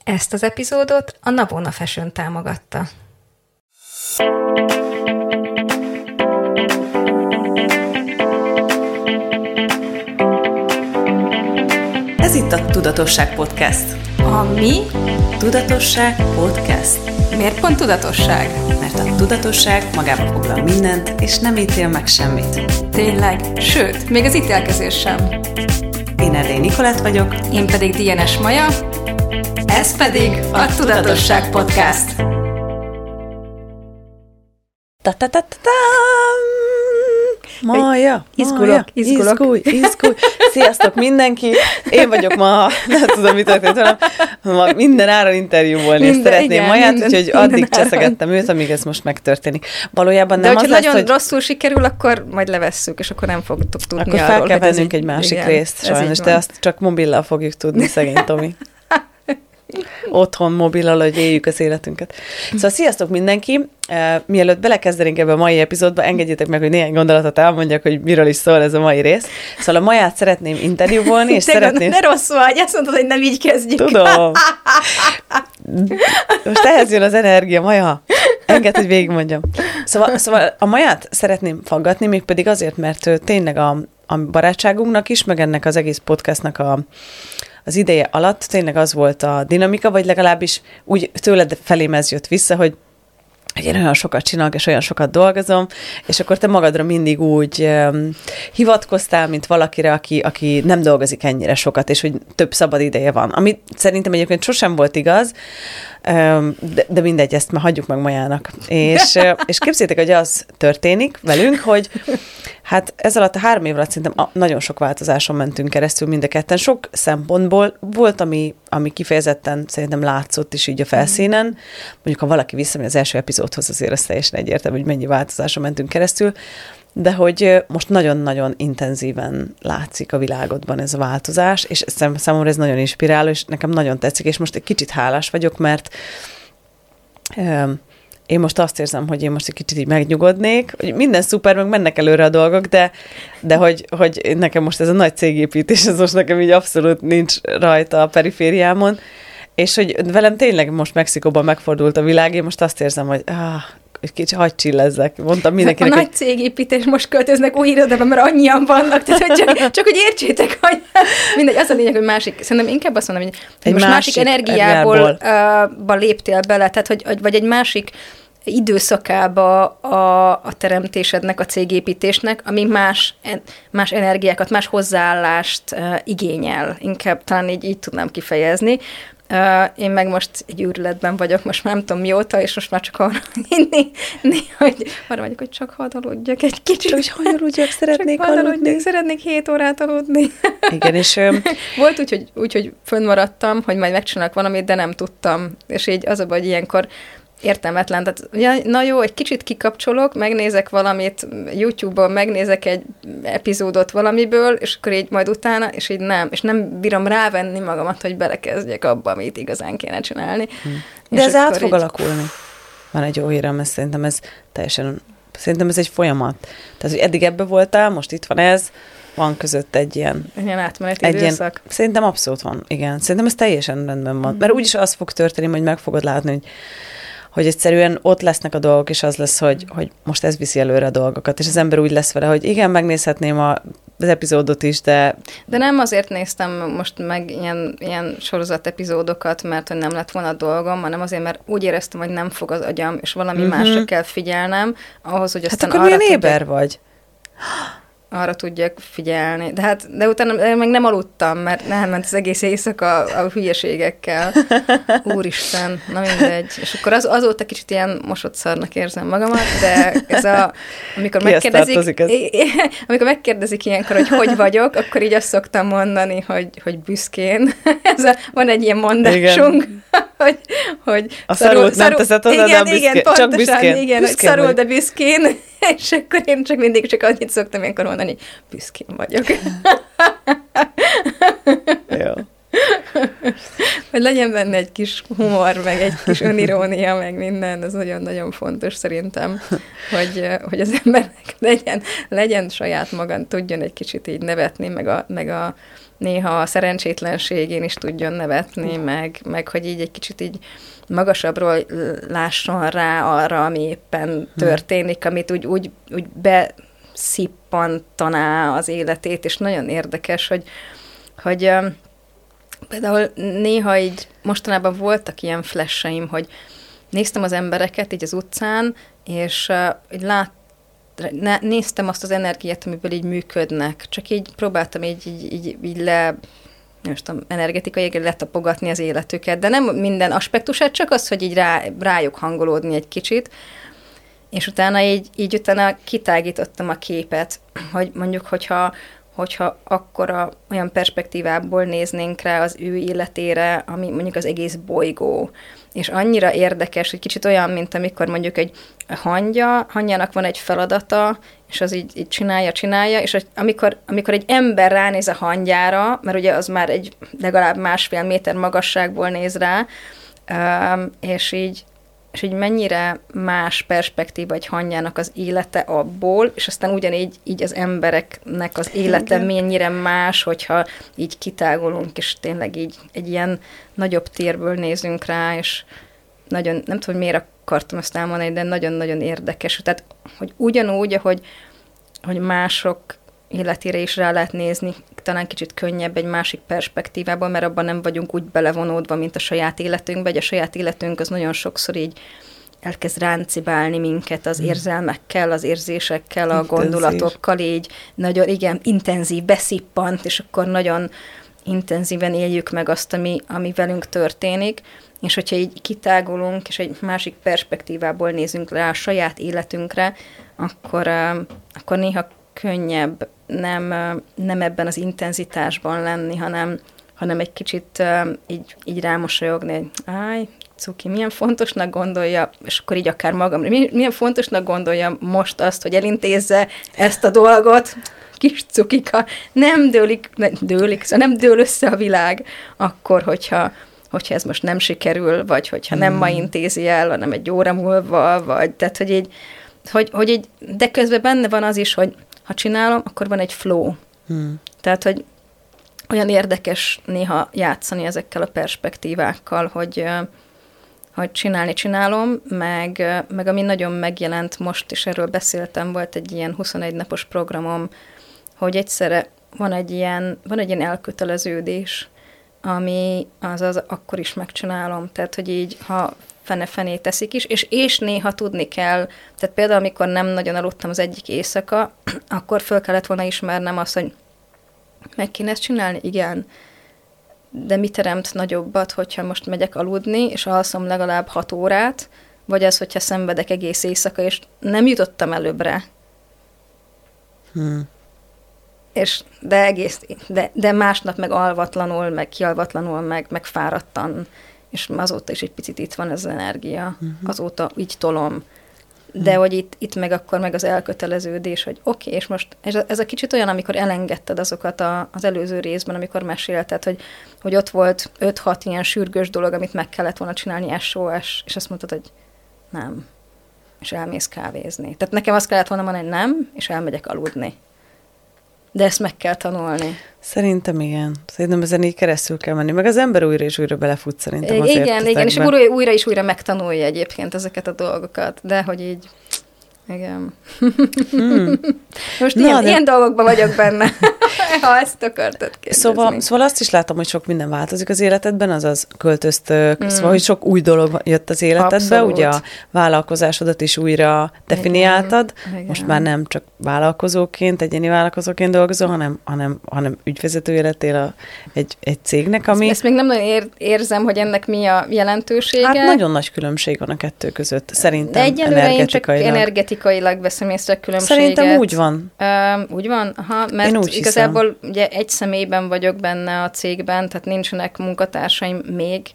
Ezt az epizódot a Navona Fashion támogatta. Ez itt a Tudatosság Podcast. A mi? Tudatosság Podcast. Miért pont tudatosság? Mert a tudatosság magába foglal mindent, és nem ítél meg semmit. Tényleg? Sőt, még az ítélkezés sem. Én Erdély Nikolett vagyok. Én pedig DNS Maja. Ez pedig a Tudatosság Podcast. Maja, izgulok. Izgulj. Sziasztok mindenki! Én vagyok ma, nem tudom, mit történt velem, ma minden áron interjúvolni, és szeretném Maját, úgyhogy addig cseszegettem őt, amíg ez most megtörténik. Valójában nem de az lesz, nagyon hogy rosszul sikerül, akkor majd levesszük, és akkor nem fogtuk tudni akkor arról, fel kell vennünk egy másik igen, részt, sajnos, de azt csak mobillal fogjuk tudni, szegény Tomi. Otthon mobillal, hogy éljük az életünket. Szóval sziasztok mindenki! Mielőtt belekezdenénk ebbe a mai epizódba, engedjétek meg, hogy néhány gondolatot elmondjak, hogy miről is szól ez a mai rész. Szóval a Maját szeretném interjúvolni, és szeretném... Ne rossz vagy, azt mondod, hogy nem így kezdjük. Tudom. Most ehhez jön az energia, Maja. Engedd, hogy végigmondjam. Szóval a Maját szeretném faggatni, mégpedig azért, mert tényleg a barátságunknak is, meg ennek az egész podcastnak az ideje alatt tényleg az volt a dinamika, vagy legalábbis úgy tőled felém ez jött vissza, hogy én olyan sokat csinálok, és olyan sokat dolgozom, és akkor te magadra mindig úgy hivatkoztál, mint valakire, aki nem dolgozik ennyire sokat, és hogy több szabad ideje van. Ami szerintem egyébként sosem volt igaz, de mindegy, ezt már hagyjuk meg Majának. És képzeljétek, hogy az történik velünk, hogy hát ez alatt a 3 év alatt szerintem nagyon sok változáson mentünk keresztül mind a ketten. Sok szempontból volt, ami kifejezetten szerintem látszott is így a felszínen. Mondjuk, ha valaki visszamegy az első epizódhoz, azért az teljesen egyértelmű, hogy mennyi változáson mentünk keresztül, de hogy most nagyon-nagyon intenzíven látszik a világodban ez a változás, és számomra ez nagyon inspiráló, és nekem nagyon tetszik, és most egy kicsit hálás vagyok, mert én most azt érzem, hogy én most egy kicsit így megnyugodnék, hogy minden szuper, meg mennek előre a dolgok, de hogy nekem most ez a nagy cégépítés, ez most nekem így abszolút nincs rajta a perifériámon, és hogy velem tényleg most Mexikóban megfordult a világ, én most azt érzem, hogy kicsit hagyj csillezzek. Mondtam mindenkinek, a nagy cégépítés most költöznek új irodába, mert annyian vannak, tehát hogy csak hogy értsétek, hogy mindegy, az a lényeg, hogy másik, szerintem inkább azt mondom, hogy egy most másik energiából léptél bele, tehát vagy egy másik időszakába a teremtésednek, a cégépítésnek, ami más energiákat, más hozzáállást igényel. Inkább talán így tudnám kifejezni. Én meg most egy őrületben vagyok, most már nem tudom mióta, és most már csak arra vagyok, hogy csak hadd aludjak egy kicsit. Csak hogy aludjak, szeretnék aludni. Szeretnék 7 órát aludni. Igen, és... Volt úgy, hogy fönnmaradtam, hogy majd megcsinálok valamit, de nem tudtam. És így az a baj, hogy ilyenkor értelmetlen. Tehát, na jó, egy kicsit kikapcsolok, megnézek valamit YouTube-on, megnézek egy epizódot valamiből, és akkor így majd utána, és így nem. És nem bírom rávenni magamat, hogy belekezdjek abba, amit igazán kéne csinálni. De ez át fog alakulni. Van egy jó hírem, mert szerintem ez egy folyamat. Tehát, hogy eddig ebbe voltál, most itt van ez, van között egy ilyen átmeneti időszak. Szerintem abszolút van, igen. Szerintem ez teljesen rendben van. Mert úgyis az fog történni, hogy meg fogod látni, hogy egyszerűen ott lesznek a dolgok, és az lesz, hogy most ez viszi előre a dolgokat, és az ember úgy lesz vele, hogy igen, megnézhetném az epizódot is, de... De nem azért néztem most meg ilyen sorozat epizódokat, mert hogy nem lett volna dolgom, hanem azért, mert úgy éreztem, hogy nem fog az agyam, és valami másra kell figyelnem, ahhoz, hogy aztán akkor milyen éber vagy? Arra tudjak figyelni. De utána meg nem aludtam, mert nem ment az egész éjszaka a hülyeségekkel. Úristen, na mindegy. És akkor azóta kicsit ilyen mosott szarnak érzem magamat, de amikor megkérdezik ilyenkor, hogy vagyok, akkor így azt szoktam mondani, hogy büszkén. Van egy ilyen mondásunk, hogy a szarult nem teszed hozzá, de büszkén. Csak büszkén. Igen, hogy szarul, de büszkén. És akkor én mindig csak annyit szoktam ilyenkor mondani, büszkén vagyok. Jó. Hogy legyen benne egy kis humor, meg egy kis önirónia, meg minden, ez nagyon-nagyon fontos szerintem, hogy az embernek legyen saját magán, tudjon egy kicsit így nevetni, meg a néha a szerencsétlenségén is tudjon nevetni, meg hogy így egy kicsit így magasabbról lásson rá arra, ami éppen történik, amit úgy beszippantaná az életét, és nagyon érdekes, hogy például néha így mostanában voltak ilyen flashaim, hogy néztem az embereket így az utcán, és néztem azt az energiát, amiből így működnek. Csak így próbáltam így nem tudom, energetikai letapogatni az életüket, de nem minden aspektusát, csak az, hogy így rájuk hangolódni egy kicsit. És utána utána kitágítottam a képet, hogy mondjuk, hogyha akkora olyan perspektívából néznénk rá az ő életére, ami mondjuk az egész bolygó. És annyira érdekes, hogy kicsit olyan, mint amikor mondjuk egy hangyának van egy feladata, és az így csinálja, és amikor egy ember ránéz a hangyára, mert ugye az már egy legalább 1,5 méter magasságból néz rá, és így mennyire más perspektíva egy hangyának az élete abból, és aztán ugyanígy az embereknek az élete mennyire más, hogyha így kitágolunk, és tényleg így egy ilyen nagyobb térből nézünk rá, és nagyon, nem tudom, hogy miért akartam ezt elmondani, de nagyon-nagyon érdekes. Tehát, hogy ugyanúgy, hogy mások életére is rá lehet nézni, talán kicsit könnyebb egy másik perspektívából, mert abban nem vagyunk úgy belevonódva, mint a saját életünkbe, vagy a saját életünk az nagyon sokszor így elkezd ráncibálni minket az érzelmekkel, az érzésekkel, a gondolatokkal, így nagyon, igen, intenzív, beszippant, és akkor nagyon intenzíven éljük meg azt, ami velünk történik, és hogyha így kitágulunk, és egy másik perspektívából nézünk rá a saját életünkre, akkor néha könnyebb nem ebben az intenzitásban lenni, hanem egy kicsit így rámosolyogni, hogy cuki, milyen fontosnak gondolja, és akkor így akár magamra, milyen fontosnak gondolja most azt, hogy elintézze ezt a dolgot, kis cukika, nem dől össze a világ, akkor, hogyha ez most nem sikerül, vagy hogyha nem ma intézi el, hanem egy óra múlva, vagy tehát, hogy így, de közben benne van az is, hogy ha csinálom, akkor van egy flow. Tehát, hogy olyan érdekes néha játszani ezekkel a perspektívákkal, hogy csinálom, meg ami nagyon megjelent most, és erről beszéltem, volt egy ilyen 21 napos programom, hogy egyszerre van egy ilyen elköteleződés, ami az akkor is megcsinálom. Tehát, hogy így, ha fene-fené teszik is, és néha tudni kell, tehát például, amikor nem nagyon aludtam az egyik éjszaka, akkor föl kellett volna ismernem azt, hogy meg kéne ezt csinálni? Igen. De mi teremt nagyobbat, hogyha most megyek aludni, és alszom legalább 6 órát, vagy az, hogyha szenvedek egész éjszaka, és nem jutottam előbbre. De másnap meg alvatlanul, meg kialvatlanul, meg fáradtan, és azóta is egy picit itt van ez az energia, azóta így tolom. De hogy itt meg akkor meg az elköteleződés, hogy oké, és most ez a kicsit olyan, amikor elengedted azokat az előző részben, amikor mesélted, hogy ott volt 5-6 ilyen sürgős dolog, amit meg kellett volna csinálni, SOS, és azt mondtad, hogy nem, és elmész kávézni. Tehát nekem azt kellett volna mondani, hogy nem, és elmegyek aludni. De ezt meg kell tanulni. Szerintem igen. Szerintem ezen így keresztül kell menni. Meg az ember újra és újra belefut szerintem azért. Igen, és újra és újra megtanulja egyébként ezeket a dolgokat. De hogy így, igen. Most ilyen dolgokban vagyok benne, ha ezt akartad kérdezni. Szóval azt is látom, hogy sok minden változik az életedben, azaz költöztök, szóval, hogy sok új dolog jött az életedbe, abszolút. Ugye a vállalkozásodat is újra definiáltad, igen. Most már nem csak vállalkozóként, egyéni vállalkozóként dolgozol, hanem ügyvezetője lettél egy cégnek, ami... Ezt még nem nagyon érzem, hogy ennek mi a jelentősége. Hát nagyon nagy különbség van a kettő között, szerintem egyelőre én csak energetikailag veszem észre különbséget. Szerintem úgy van. Úgy van? Aha, mert igazából ugye egy személyben vagyok benne a cégben, tehát nincsenek munkatársaim még.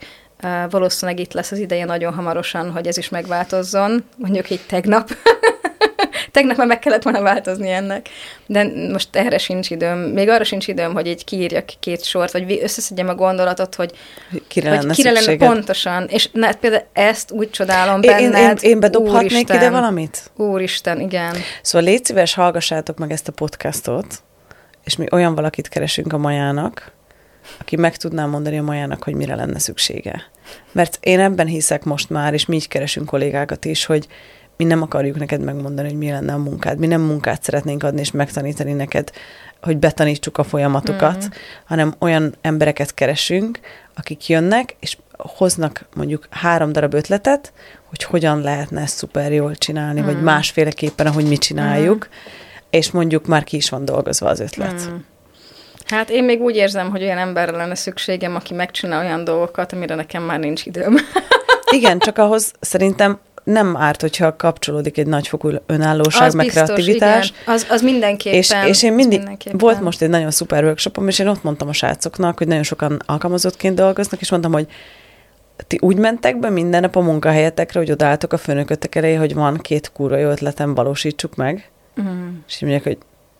Valószínűleg itt lesz az ideje nagyon hamarosan, hogy ez is megváltozzon. Mondjuk így tegnap. Tegnap már meg kellett volna változni ennek. De most erre sincs időm. Még arra sincs időm, hogy így kiírjak 2 sort, vagy összeszedjem a gondolatot, hogy kire lenne pontosan. És például ezt úgy csodálom benned. Én bedobhatnék Úristen, ide valamit? Úristen, igen. Szóval légy szíves, hallgassátok meg ezt a podcastot, és mi olyan valakit keresünk a Majának, aki meg tudná mondani a Majának, hogy mire lenne szüksége. Mert én ebben hiszek most már, és mi így keresünk kollégákat is, hogy mi nem akarjuk neked megmondani, hogy mi lenne a munkád. Mi nem munkát szeretnénk adni, és megtanítani neked, hogy betanítsuk a folyamatokat, hanem olyan embereket keresünk, akik jönnek, és hoznak mondjuk 3 darab ötletet, hogy hogyan lehetne ezt szuper jól csinálni, vagy másféleképpen, ahogy mi csináljuk, és mondjuk már ki is van dolgozva az ötlet. Hát én még úgy érzem, hogy olyan emberre lenne szükségem, aki megcsinál olyan dolgokat, amire nekem már nincs időm. Igen, csak ahhoz szerintem nem árt, hogyha kapcsolódik egy nagyfokú önállóság, az meg biztos, kreativitás. Igen. Az mindenképpen. És én mindig, volt most egy nagyon szuper workshopom, és én ott mondtam a srácoknak, hogy nagyon sokan alkalmazottként dolgoznak, és mondtam, hogy ti úgy mentek be minden nap a munkahelyetekre, hogy odaálltok a főnökötök elé, hogy van 2 kurva jó ötletem, valósítsuk meg. És így mondják, hogy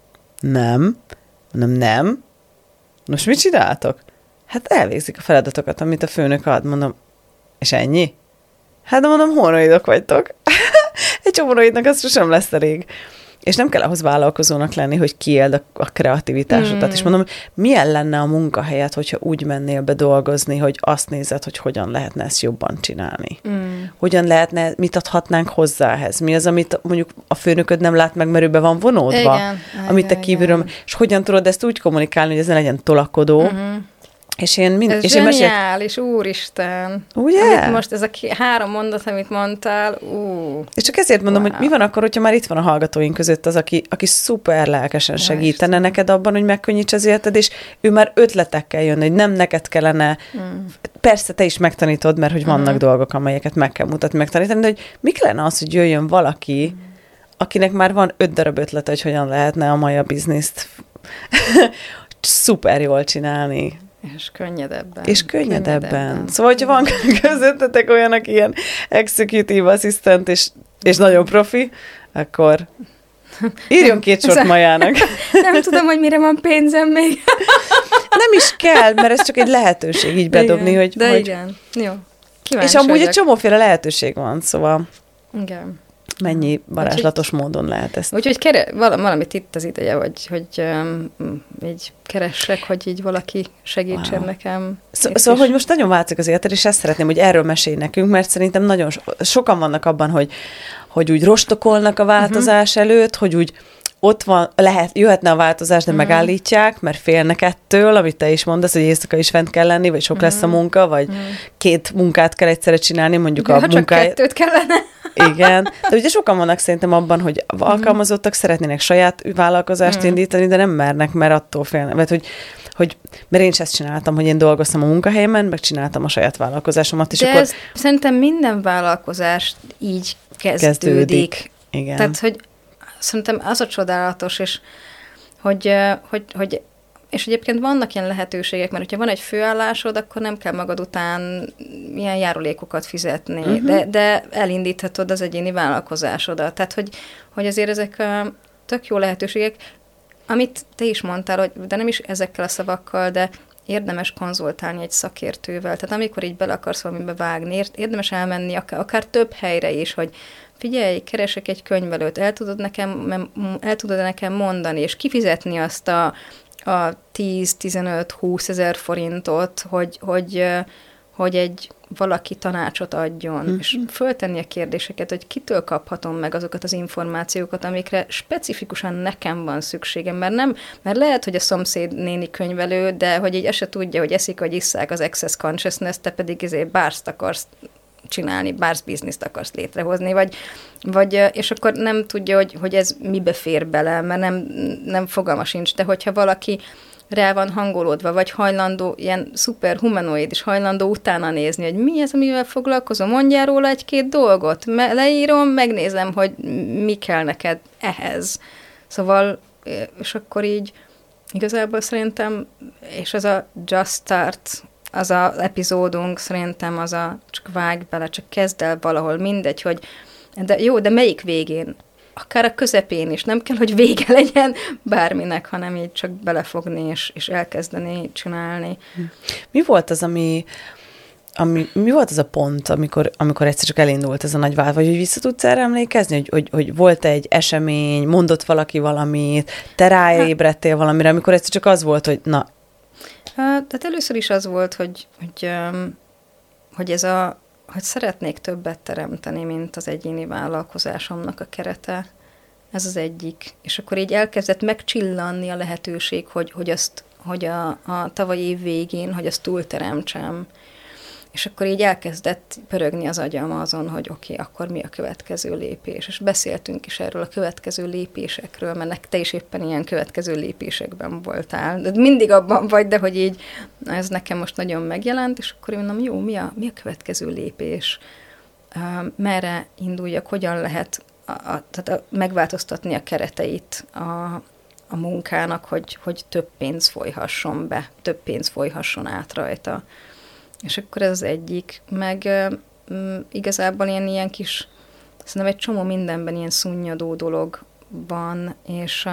nem. Most mit csináltok? Hát elvégzik a feladatokat, amit a főnök ad, mondom, és ennyi? Hát mondom, hónoidok vagytok. Egy csomónoidnak az sosem lesz elég. És nem kell ahhoz vállalkozónak lenni, hogy kiéld a kreativitásodat. És mondom, milyen lenne a munkahelyed, hogyha úgy mennél be dolgozni, hogy azt nézed, hogy hogyan lehetne ezt jobban csinálni. Hogyan lehetne, mit adhatnánk hozzá ehhez? Mi az, amit mondjuk a főnököd nem lát meg, mert ő be van vonódva? Igen, amit te kívülről... És hogyan tudod ezt úgy kommunikálni, hogy ez ne legyen tolakodó, és ez zseniális, úristen. Ugye? Amit most ez a 3 mondat, amit mondtál, És csak ezért mondom, hogy mi van akkor, hogyha már itt van a hallgatóink között az, aki szuper lelkesen segítene neked abban, hogy megkönnyíts az életed, és ő már ötletekkel jön, hogy nem neked kellene. Persze te is megtanítod, mert hogy vannak dolgok, amelyeket meg kell mutatni, megtanítani, de hogy mi kellene az, hogy jöjjön valaki, akinek már van 5 darab ötlete, hogy hogyan lehetne a Maja bizniszt szuper jól csinálni. És könnyedebben. Szóval, hogyha van közöttetek olyan, aki ilyen executive assistant, és nagyon profi, akkor írjon 2 sort Majának. Nem tudom, hogy mire van pénzem még. Nem is kell, mert ez csak egy lehetőség így bedobni, igen, hogy... igen, jó. És amúgy egy csomóféle lehetőség van, szóval... Igen. Mennyi varázslatos módon lehet ezt. Úgyhogy valamit itt az ideje, hogy így keressek, hogy így valaki segítsen nekem. Szóval, hogy most nagyon változik az életed, és ezt szeretném, hogy erről mesélj nekünk, mert szerintem nagyon sokan vannak abban, hogy úgy rostokolnak a változás előtt, hogy úgy ott van, jöhetne a változás, de megállítják, mert félnek ettől, amit te is mondasz, hogy éjszaka is fent kell lenni, vagy sok lesz a munka, vagy 2 munkát kell egyszerre csinálni, mondjuk de a munkáját. Csak 2 kellene. Igen, de ugye sokan vannak szerintem abban, hogy alkalmazottak szeretnének saját vállalkozást indítani, de nem mernek, mert attól félnek. Mert én is ezt csináltam, hogy én dolgoztam a munkahelyemen, meg csináltam a saját vállalkozásomat. És de akkor ez szerintem minden vállalkozás így kezdődik. Igen. Tehát, hogy szerintem az a csodálatos, és hogy és egyébként vannak ilyen lehetőségek, mert hogyha van egy főállásod, akkor nem kell magad után ilyen járulékokat fizetni, de elindíthatod az egyéni vállalkozásodat. Tehát, hogy azért ezek tök jó lehetőségek, amit te is mondtál, de nem is ezekkel a szavakkal, de érdemes konzultálni egy szakértővel. Tehát amikor így bele akarsz valamibe vágni, érdemes elmenni akár több helyre is, hogy figyelj, keresek egy könyvelőt, el tudod nekem mondani, és kifizetni azt a 10-15-20 ezer forintot, hogy egy valaki tanácsot adjon, és föltenni a kérdéseket, hogy kitől kaphatom meg azokat az információkat, amikre specifikusan nekem van szükségem, mert lehet, hogy a szomszéd néni könyvelő, de hogy így se tudja, hogy eszik, vagy isszák az access consciousness, te pedig bárst akarsz csinálni, bársz bizniszt akarsz létrehozni, vagy és akkor nem tudja, hogy ez mibe fér bele, mert nem fogalma sincs, de hogyha valaki rá van hangolódva, vagy hajlandó, ilyen szuper humanoid is hajlandó utána nézni, hogy mi ez, amivel foglalkozom, mondjál róla 1-2 dolgot, leírom, megnézem, hogy mi kell neked ehhez. Szóval, és akkor így igazából szerintem, és az a Just Start, az az epizódunk szerintem csak vágj bele, csak kezd el valahol, mindegy, hogy de melyik végén? akár a közepén is, nem kell, hogy vége legyen bárminek, hanem így csak belefogni és elkezdeni csinálni. Mi volt az, mi volt az a pont, amikor egyszer csak elindult ez a nagy vált, vagy hogy vissza tudsz erre emlékezni, hogy volt egy esemény, mondott valaki valamit, te ráébredtél valamire, amikor egyszer csak az volt, hogy na. Tehát először is az volt, hogy szeretnék többet teremteni, mint az egyéni vállalkozásomnak a kerete. Ez az egyik. És akkor így elkezdett megcsillanni a lehetőség, hogy a tavaly év végén, hogy azt túlteremtsem. És akkor így elkezdett pörögni az agyam azon, hogy oké, akkor mi a következő lépés. És beszéltünk is erről a következő lépésekről, mert te is éppen ilyen következő lépésekben voltál. De mindig abban vagy, de hogy így ez nekem most nagyon megjelent, és akkor én mondom, jó, mi a következő lépés? Merre induljak, hogyan lehet tehát megváltoztatni a kereteit a munkának, hogy több pénz folyhasson be, több pénz folyhasson át rajta. És akkor ez az egyik, meg igazából ilyen kis, szerintem egy csomó mindenben ilyen szunnyadó dolog van, és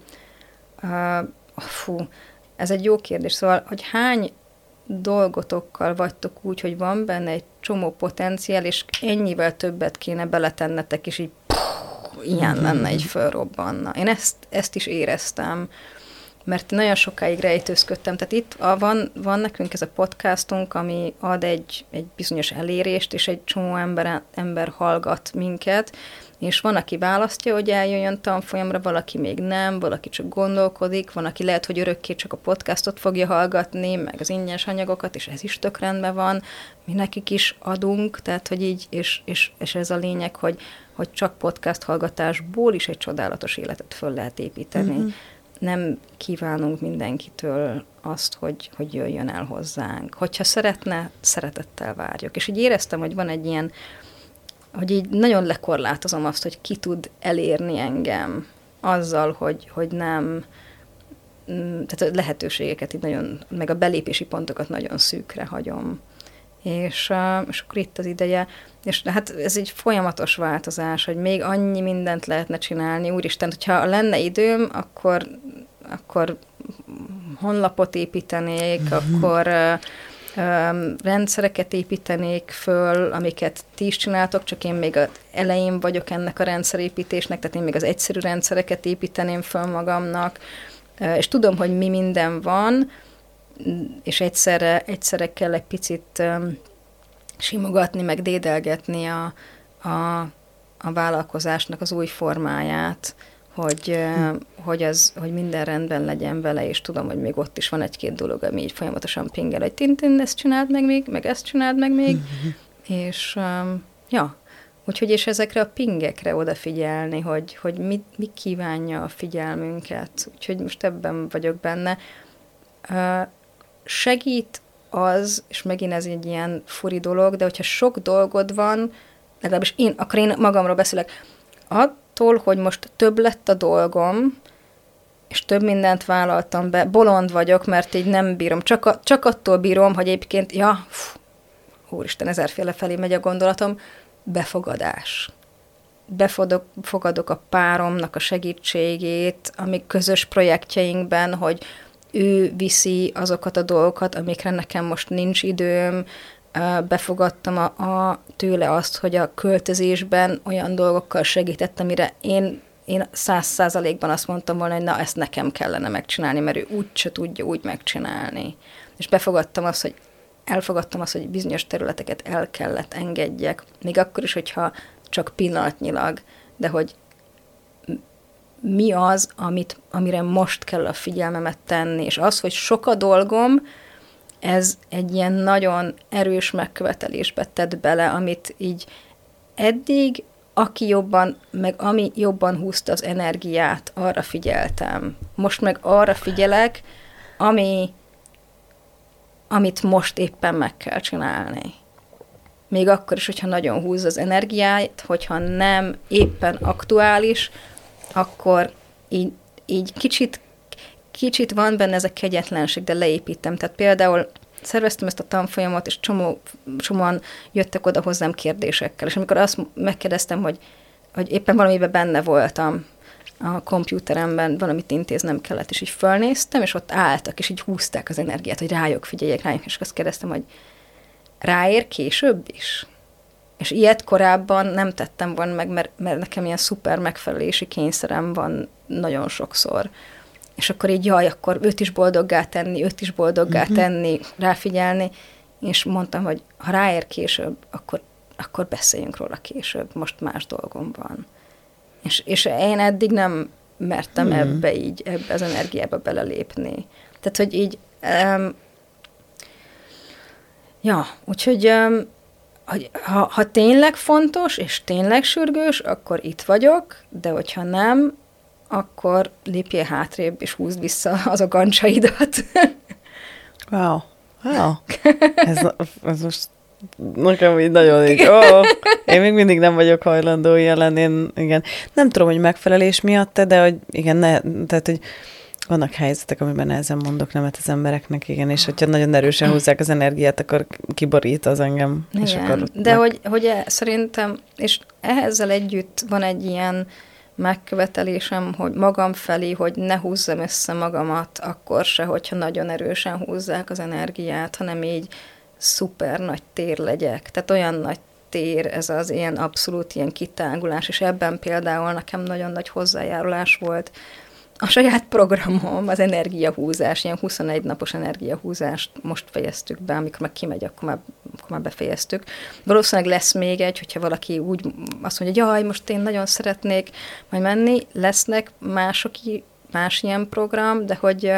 ez egy jó kérdés. Szóval, hogy hány dolgotokkal vagytok úgy, hogy van benne egy csomó potenciál, és ennyivel többet kéne beletennetek, és így ilyen lenne, így fölrobbanna. Én ezt is éreztem, mert nagyon sokáig rejtőzködtem. Tehát itt van nekünk ez a podcastunk, ami ad egy bizonyos elérést, és egy csomó ember hallgat minket, és van, aki választja, hogy eljöjjön tanfolyamra, valaki még nem, valaki csak gondolkodik, van, aki lehet, hogy örökké csak a podcastot fogja hallgatni, meg az ingyenes anyagokat, és ez is tök rendben van, mi nekik is adunk, tehát, hogy így, és ez a lényeg, hogy csak podcast hallgatásból is egy csodálatos életet föl lehet építeni. Mm-hmm. Nem kívánunk mindenkitől azt, hogy jöjjön el hozzánk. Hogyha szeretne, szeretettel várjuk. És így éreztem, hogy van egy ilyen, hogy így nagyon lekorlátozom azt, hogy ki tud elérni engem azzal, hogy nem, tehát a lehetőségeket így nagyon, meg a belépési pontokat nagyon szűkre hagyom. És akkor itt az ideje, és hát ez egy folyamatos változás, hogy még annyi mindent lehetne csinálni. Úristen, hogyha lenne időm, akkor honlapot építenék, akkor rendszereket építenék föl, amiket ti is csináltok, csak én még az elején vagyok ennek a rendszerépítésnek, tehát én még az egyszerű rendszereket építeném föl magamnak, és tudom, hogy mi minden van, és egyszerre kell egy picit simogatni, meg dédelgetni a vállalkozásnak az új formáját, hogy minden rendben legyen vele, és tudom, hogy még ott is van egy-két dolog, ami így folyamatosan pingel, hogy Tintin, ezt csináld meg még, meg ezt csináld meg még, és úgyhogy és ezekre a pingekre odafigyelni, hogy mi kívánja a figyelmünket, úgyhogy most ebben vagyok benne. Segít az, és megint ez egy ilyen furi dolog, de hogyha sok dolgod van, legalábbis én magamról beszélek, attól, hogy most több lett a dolgom, és több mindent vállaltam be, bolond vagyok, mert így nem bírom. Csak attól bírom, hogy egyébként, úristen, ezerféle felé megy a gondolatom, befogadás. Befogadok a páromnak a segítségét, amik közös projektjeinkben, hogy ő viszi azokat a dolgokat, amikre nekem most nincs időm, befogadtam tőle azt, hogy a költözésben olyan dolgokkal segített, amire én 100%-ban azt mondtam volna, hogy na, ezt nekem kellene megcsinálni, mert ő úgyse tudja úgy megcsinálni. És elfogadtam azt, hogy bizonyos területeket el kellett engedjek, még akkor is, hogyha csak pillanatnyilag, de hogy mi az, amire most kell a figyelmemet tenni, és az, hogy sok a dolgom, ez egy ilyen nagyon erős megkövetelésbe tett bele, amit így eddig, ami jobban húzta az energiát, arra figyeltem. Most meg arra figyelek, amit most éppen meg kell csinálni. Még akkor is, hogyha nagyon húz az energiát, hogyha nem éppen aktuális, akkor így kicsit van benne ez a kegyetlenség, de leépítem. Tehát például szerveztem ezt a tanfolyamot, és csomóan jöttek oda hozzám kérdésekkel, és amikor azt megkérdeztem, hogy éppen valamiben benne voltam a kompjúteremben, valamit intéznem kellett, és így fölnéztem, és ott álltak, és így húzták az energiát, hogy rájuk figyeljek, és azt kérdeztem, hogy ráér később is? És ilyet korábban nem tettem volna meg, mert nekem ilyen szuper megfelelési kényszerem van nagyon sokszor. És akkor így, akkor őt is boldoggá tenni, ráfigyelni, és mondtam, hogy ha ráér később, akkor beszéljünk róla később, most más dolgom van. És én eddig nem mertem ebbe az energiába belelépni. Tehát, hogy így, úgyhogy ha tényleg fontos, és tényleg sürgős, akkor itt vagyok, de hogyha nem, akkor lépjél hátrébb, és húzd vissza az agancsaidat. Wow. Ez most nekem így nagyon így, én még mindig nem vagyok hajlandó ilyen lenni, igen. Nem tudom, hogy megfelelés miatt, de hogy igen, tehát, hogy vannak helyzetek, amiben nehezen mondok nemet az embereknek, igen, és hogyha nagyon erősen húzzák az energiát, akkor kiborít az engem. Igen, és akkor de hogy szerintem, és ezzel együtt van egy ilyen megkövetelésem, hogy magam felé, hogy ne húzzam össze magamat akkor se, hogyha nagyon erősen húzzák az energiát, hanem így szuper nagy tér legyek. Tehát olyan nagy tér, ez az ilyen abszolút ilyen kitágulás, és ebben például nekem nagyon nagy hozzájárulás volt a saját programom, az energiahúzás, ilyen 21 napos energiahúzást most fejeztük be, amikor meg kimegy, akkor már befejeztük. Valószínűleg lesz még egy, hogyha valaki úgy azt mondja, hogy jaj, most én nagyon szeretnék majd menni, lesznek más ilyen program, de hogy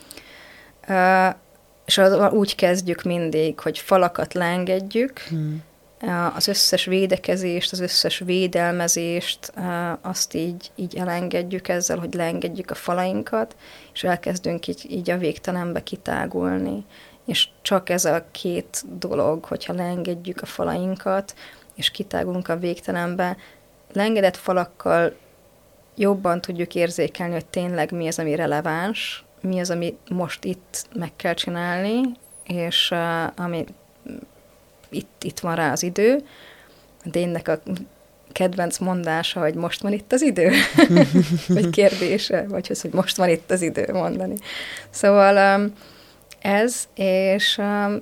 és úgy kezdjük mindig, hogy falakat leengedjük, az összes védekezést, az összes védelmezést, azt így elengedjük ezzel, hogy leengedjük a falainkat, és elkezdünk így a végtelenbe kitágulni. És csak ez a két dolog, hogyha leengedjük a falainkat, és kitágulunk a végtelenbe, leengedett falakkal jobban tudjuk érzékelni, hogy tényleg mi az, ami releváns, mi az, ami most itt meg kell csinálni, és ami itt van rá az idő. Dénnek a kedvenc mondása, hogy most van itt az idő, vagy kérdése, vagy hogy most van itt az idő mondani. Szóval ez, és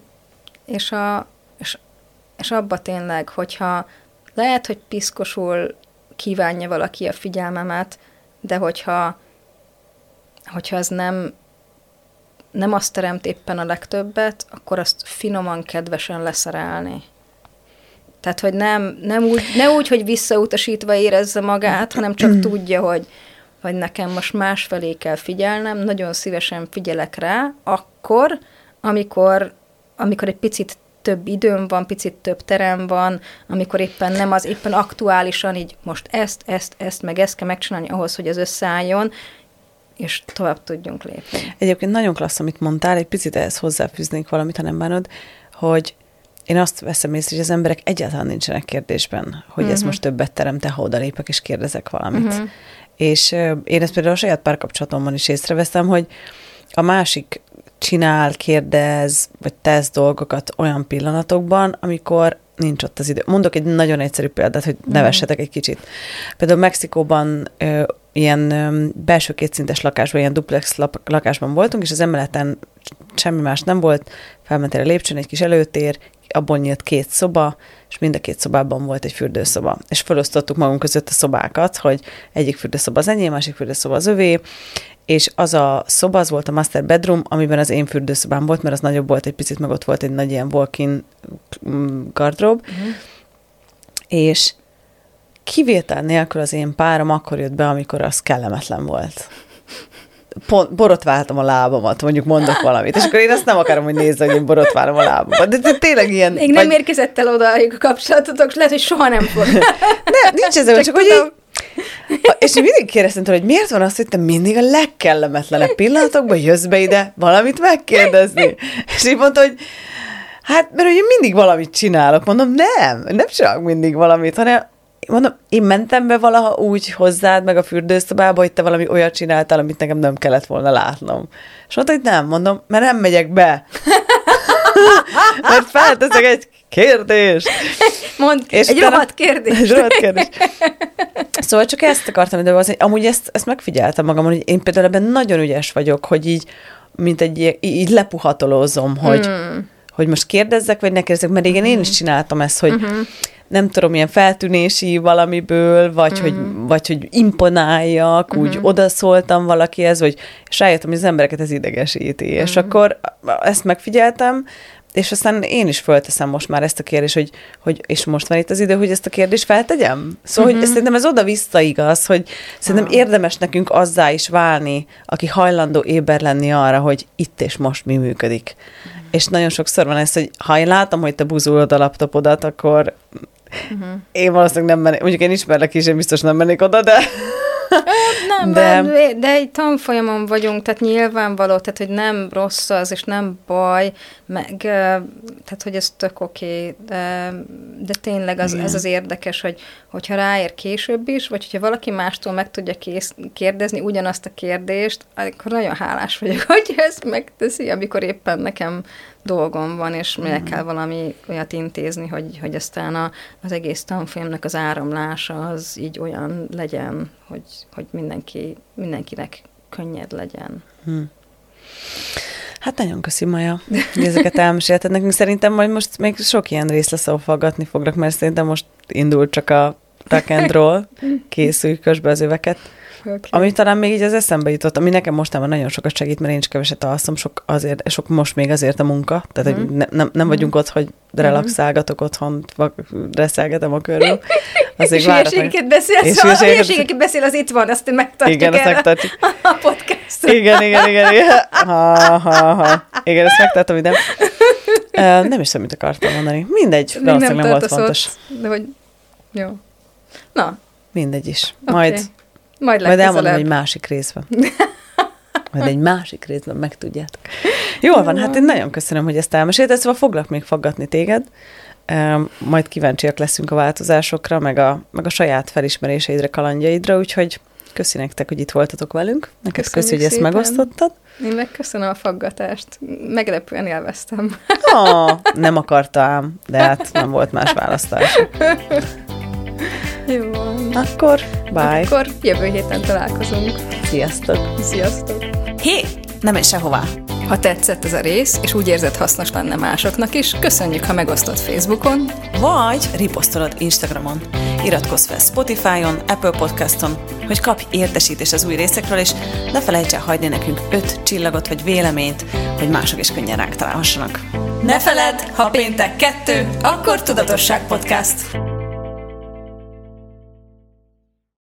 abba tényleg, hogyha lehet, hogy piszkosul kívánja valaki a figyelmemet, de hogyha az nem azt teremt éppen a legtöbbet, akkor azt finoman, kedvesen leszerelni. Tehát, hogy ne úgy, hogy visszautasítva érezze magát, hanem csak tudja, hogy nekem most másfelé kell figyelnem, nagyon szívesen figyelek rá, akkor, amikor egy picit több időm van, picit több terem van, amikor éppen aktuálisan így most ezt, meg ezt kell megcsinálni ahhoz, hogy az összeálljon, és tovább tudjunk lépni. Egyébként nagyon klassz, amit mondtál, egy picit ehhez hozzáfűznék valamit, ha nem bánod, hogy én azt veszem észre, hogy az emberek egyáltalán nincsenek kérdésben, hogy ez most többet teremte, ha odalépek és kérdezek valamit. És én ezt például a saját párkapcsolatomban is észreveszem, hogy a másik csinál, kérdez, vagy tesz dolgokat olyan pillanatokban, amikor nincs ott az idő. Mondok egy nagyon egyszerű példát, hogy nevessetek egy kicsit. Például Mexikóban ilyen belső kétszintes lakásban, ilyen duplex lakásban voltunk, és az emeleten semmi más nem volt, felmentél a lépcsőn, egy kis előtér, abból nyílt 2 szoba, és mind a 2 szobában volt egy fürdőszoba. És felosztottuk magunk között a szobákat, hogy egyik fürdőszoba az enyém, másik fürdőszoba az övé, és az a szoba, az volt a master bedroom, amiben az én fürdőszobám volt, mert az nagyobb volt egy picit, meg ott volt egy nagy ilyen walk-in gardrób, és kivétel nélkül az én párom akkor jött be, amikor az kellemetlen volt. Borotváltam a lábamat, mondjuk mondok valamit, és akkor én azt nem akarom, hogy nézze, hogy én borotválom a lábamat. De tényleg ilyen... Még nem érkezett el odaig a kapcsolatotok, lehet, hogy soha nem fog. Nincs ez, csak hogy így... És én mindig kérdeztem tőle, hogy miért van az, hogy te mindig a legkellemetlenebb pillanatokban jössz be ide valamit megkérdezni. És így mondta, hogy hát, mert hogy én mindig valamit csinálok. Mondom, nem csinálok mindig valamit, hanem mondom, én mentem be valaha úgy hozzád, meg a fürdőszobába, hogy te valami olyat csináltál, amit nekem nem kellett volna látnom. És mondta, hogy nem, mondom, mert nem megyek be. Mert felteszek egy kérdést. Mondd, egy rohadt kérdés. Szóval csak ezt akartam időhozni. Amúgy ezt megfigyeltem magamon, hogy én például ebben nagyon ügyes vagyok, hogy így, mint így lepuhatolózom, hogy most kérdezzek, vagy ne kérdezzek, mert régen én is csináltam ezt, hogy nem tudom, ilyen feltűnési valamiből, vagy hogy imponáljak, úgy odaszóltam valakihez, és rájöttem, hogy az embereket ez idegesíti. És akkor ezt megfigyeltem, és aztán én is fölteszem most már ezt a kérdést, hogy és most van itt az idő, hogy ezt a kérdést feltegyem? Szóval hogy szerintem ez oda-vissza igaz, hogy szerintem érdemes nekünk azzá is válni, aki hajlandó éber lenni arra, hogy itt és most mi működik. És nagyon sokszor van ez, hogy ha én látom, hogy te buzulod a laptopodat, akkor én valószínűleg nem mennék, mondjuk én ismerlek is, én biztos nem mennék oda, de... De egy tanfolyamon vagyunk, tehát nyilvánvaló, tehát hogy nem rossz az, és nem baj, meg, tehát hogy ez tök oké, de tényleg ez az érdekes, hogyha ráér később is, vagy hogyha valaki mástól meg tudja kérdezni ugyanazt a kérdést, akkor nagyon hálás vagyok, hogy ezt megteszi, amikor éppen nekem dolgom van, és meg kell valami olyat intézni, hogy aztán az egész tanfolyamnak az áramlása az így olyan legyen, hogy mindenkinek könnyed legyen. Hát nagyon köszi, Maja, hogy ezeket elmesélted nekünk. Szerintem majd most még sok ilyen rész lesz, ahol faggatni fognak, mert szerintem most indult csak a tuck and roll, készülj, kösd be az öveket. Okay. Ami talán még így az eszembe jutott, ami nekem mostában nagyon sokat segít, mert én is keveset alszom, sok most még azért a munka, tehát hogy nem vagyunk ott, hogy relaxálgatok otthon, reszelgetem a körül. És hülyeségeket beszélsz, a hülyeségeket beszél, az itt van, azt megtartjuk. Igen, azt megtartjuk. A podcaston. Igen. Igen, ezt megtartom ide. Nem is tudom, mit akartam mondani. Mindegy, valószínűleg nem volt fontos. De hogy jó. Na. Mindegy is. Majd elmondom egy másik részben. Majd egy másik részben megtudjátok. Jól van, hát én nagyon köszönöm, hogy ezt elmesélted, szóval foglak még faggatni téged. Majd kíváncsiak leszünk a változásokra, meg a saját felismeréseidre, kalandjaidra, úgyhogy köszi nektek, hogy itt voltatok velünk. Neked köszi, hogy ezt megosztottad. Én megköszönöm a faggatást. Meglepően élveztem. Nem akartam, de hát nem volt más választás. Jó van. Akkor bye. Akkor jövő héten találkozunk. Sziasztok. Sziasztok. Hé, nem menj sehová. Ha tetszett ez a rész, és úgy érzed hasznos lenne másoknak is, köszönjük, ha megosztod Facebookon, vagy riposztolod Instagramon. Iratkozz fel Spotify-on, Apple Podcaston, hogy kapj értesítést az új részekről, és ne felejts el hagyni nekünk 5 csillagot vagy véleményt, hogy mások is könnyen ránk találhassanak. Ne feledd, ha péntek 2, akkor Tudatosság Podcast.